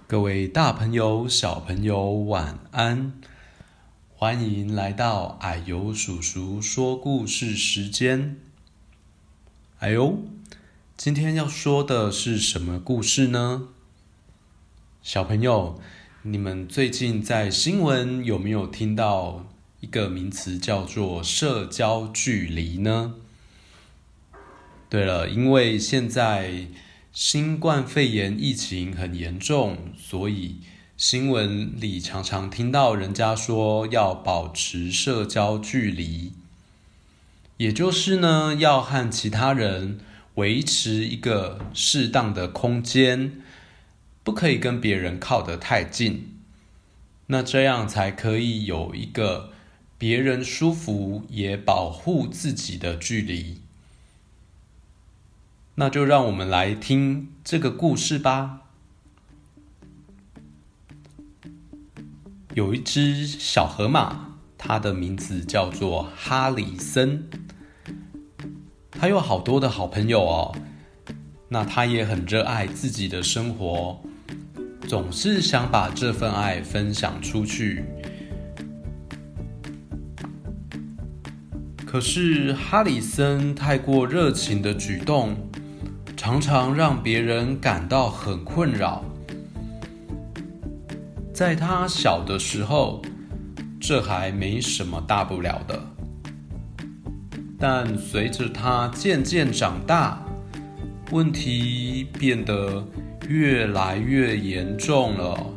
各位大朋友、小朋友，晚安！欢迎来到矮油叔叔说故事时间。哎呦，今天要说的是什么故事呢？小朋友，你们最近在新闻有没有听到一个名词叫做社交距离呢？对了，因为现在新冠肺炎疫情很严重，所以新闻里常常听到人家说要保持社交距离，也就是呢，要和其他人维持一个适当的空间，不可以跟别人靠得太近，那这样才可以有一个别人舒服也保护自己的距离。那就让我们来听这个故事吧。有一只小河马，它的名字叫做哈里森。他有好多的好朋友哦，那他也很热爱自己的生活，总是想把这份爱分享出去。可是哈里森太过热情的举动，常常让别人感到很困扰。在他小的时候，这还没什么大不了的。但随着他渐渐长大，问题变得越来越严重了。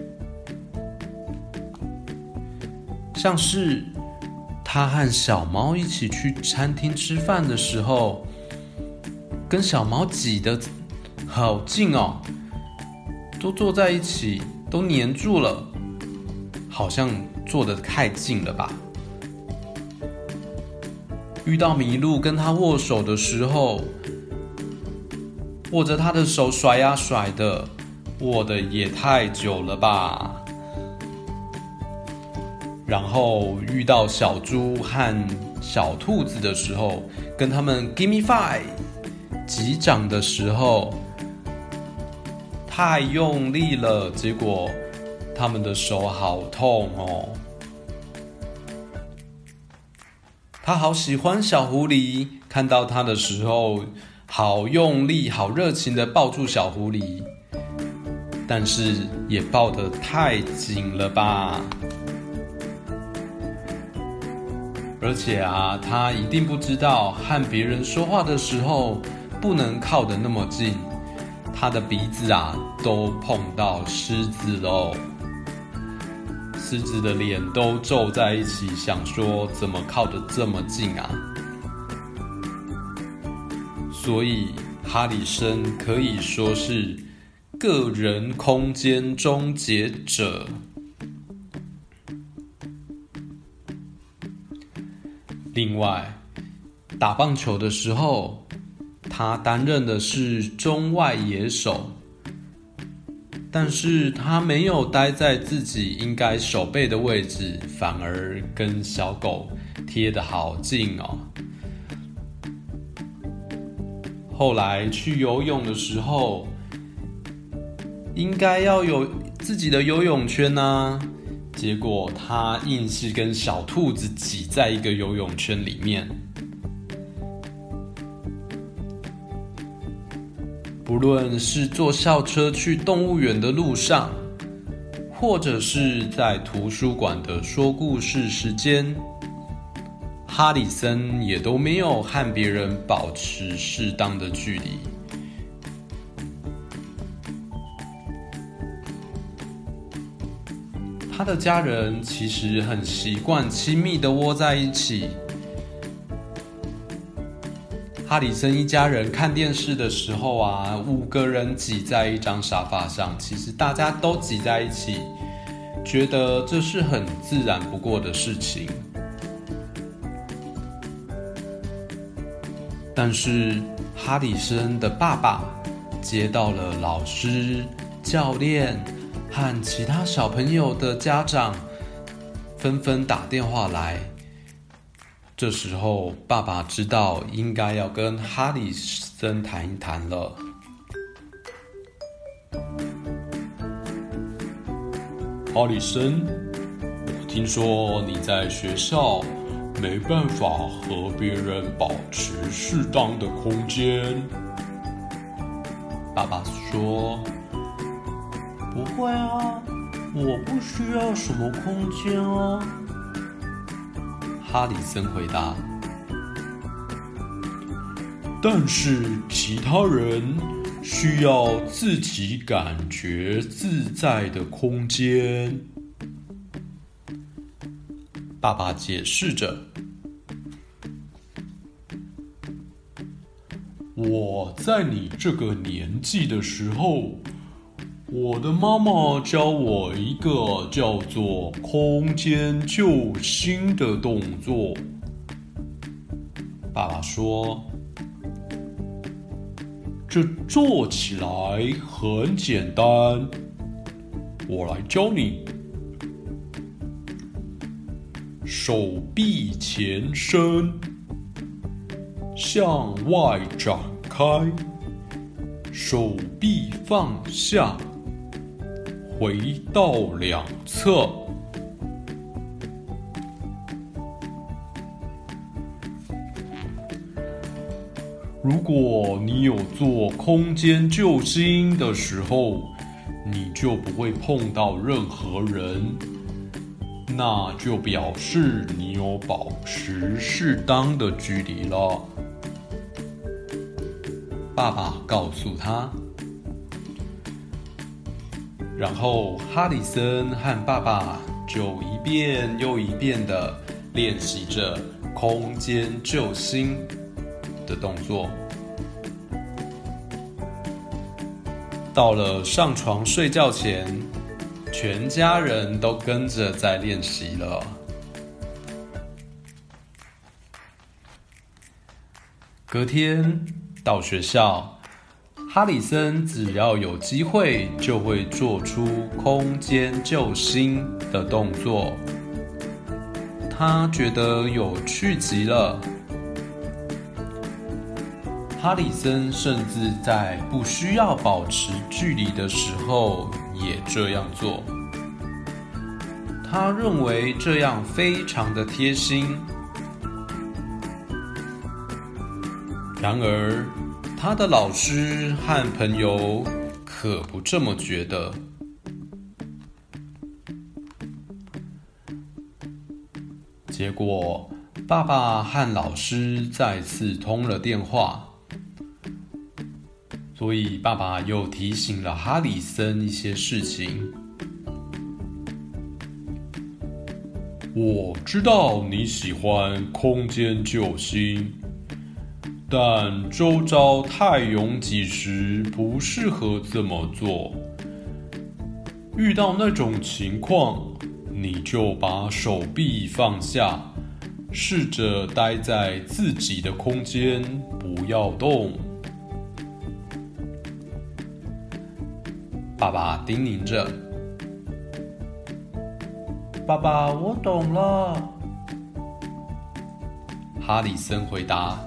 像是他和小猫一起去餐厅吃饭的时候，跟小猫挤得好近哦，都坐在一起，都黏住了，好像坐得太近了吧。遇到麋鹿跟他握手的时候，握着他的手甩呀甩的，握得也太久了吧。然后遇到小猪和小兔子的时候，跟他们 Give me five，击掌的时候太用力了，结果他们的手好痛哦。他好喜欢小狐狸，看到他的时候好用力好热情的抱住小狐狸，但是也抱得太紧了吧。而且他一定不知道和别人说话的时候不能靠得那么近，他的鼻子都碰到狮子咯。狮子的脸都皱在一起，想说怎么靠得这么近啊？所以哈里森可以说是个人空间终结者。另外，打棒球的时候，他担任的是中外野手，但是他没有待在自己应该守备的位置，反而跟小狗贴得好近哦。后来去游泳的时候，应该要有自己的游泳圈结果他硬是跟小兔子挤在一个游泳圈里面。不论是坐校车去动物园的路上，或者是在图书馆的说故事时间，哈里森也都没有和别人保持适当的距离。他的家人其实很习惯亲密的窝在一起。哈里森一家人看电视的时候5个人挤在一张沙发上，其实大家都挤在一起，觉得这是很自然不过的事情。但是哈里森的爸爸接到了老师、教练和其他小朋友的家长纷纷打电话来。这时候爸爸知道应该要跟哈里森谈一谈了。 哈里森，我听说你在学校没办法和别人保持适当的空间。爸爸说：“ 不会啊，我不需要什么空间啊。” 哈里森回答。但是其他人需要自己感觉自在的空间。爸爸解释着。我在你这个年纪的时候，我的妈妈教我一个叫做空间救星的动作。爸爸说，这做起来很简单，我来教你。手臂前伸，向外展开，手臂放下，回到两侧。如果你有做空间救星的时候，你就不会碰到任何人，那就表示你有保持适当的距离了。爸爸告诉他。然后哈里森和爸爸就一遍又一遍的练习着空间救星的动作。到了上床睡觉前，全家人都跟着在练习了。隔天到学校，哈里森只要有机会就会做出空间救星的动作，他觉得有趣极了。哈里森甚至在不需要保持距离的时候也这样做，他认为这样非常的贴心。然而他的老师和朋友可不这么觉得。结果爸爸和老师再次通了电话，所以爸爸又提醒了哈里森一些事情。我知道你喜欢空间救星，但周遭太拥挤时不适合这么做。遇到那种情况，你就把手臂放下，试着待在自己的空间，不要动。爸爸叮咛着。 爸爸，我懂了。 哈里森回答。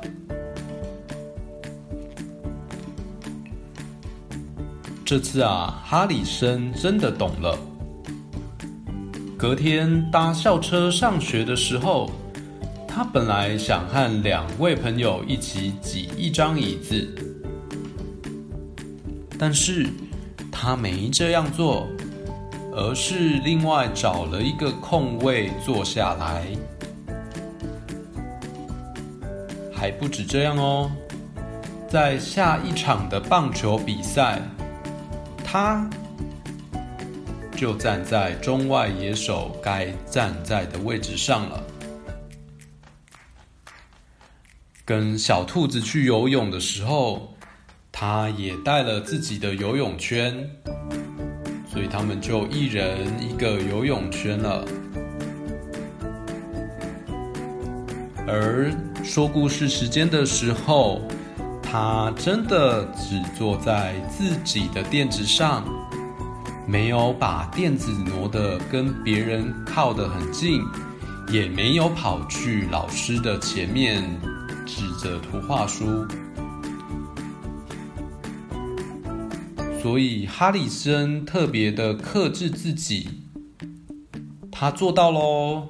这次啊，哈里森真的懂了。隔天搭校车上学的时候，他本来想和2位朋友一起挤一张椅子，但是他没这样做，而是另外找了一个空位坐下来。还不止这样哦，在下一场的棒球比赛，他就站在中外野手该站在的位置上了。跟小兔子去游泳的时候，他也带了自己的游泳圈，所以他们就一人一个游泳圈了。而说故事时间的时候，他真的只坐在自己的垫子上，没有把垫子挪得跟别人靠得很近，也没有跑去老师的前面指着图画书。所以哈里森特别的克制自己， 他做到咯。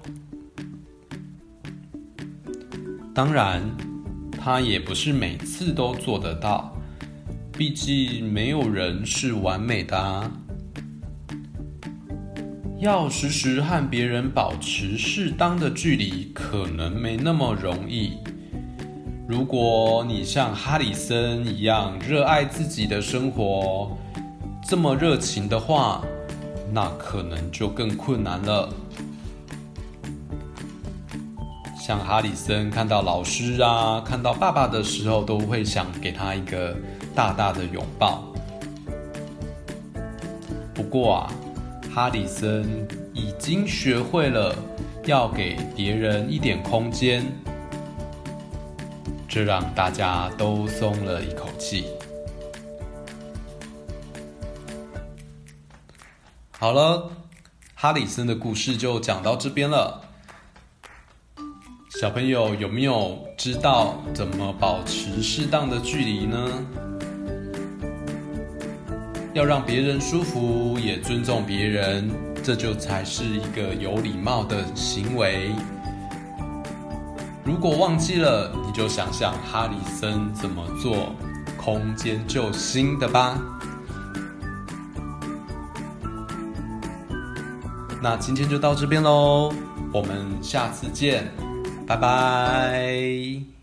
当然，他也不是每次都做得到，毕竟没有人是完美的啊。要时时和别人保持适当的距离，可能没那么容易。如果你像哈里森一样热爱自己的生活，这么热情的话，那可能就更困难了。像哈里森看到老师啊，看到爸爸的时候，都会想给他一个大大的拥抱。不过啊，哈里森已经学会了要给别人一点空间，这让大家都松了一口气。好了，哈里森的故事就讲到这边了。小朋友有没有知道怎么保持适当的距离呢？要让别人舒服，也尊重别人，这就才是一个有礼貌的行为。如果忘记了，你就想想哈里森怎么做，空间救星的吧。那今天就到这边咯，我们下次见，拜拜。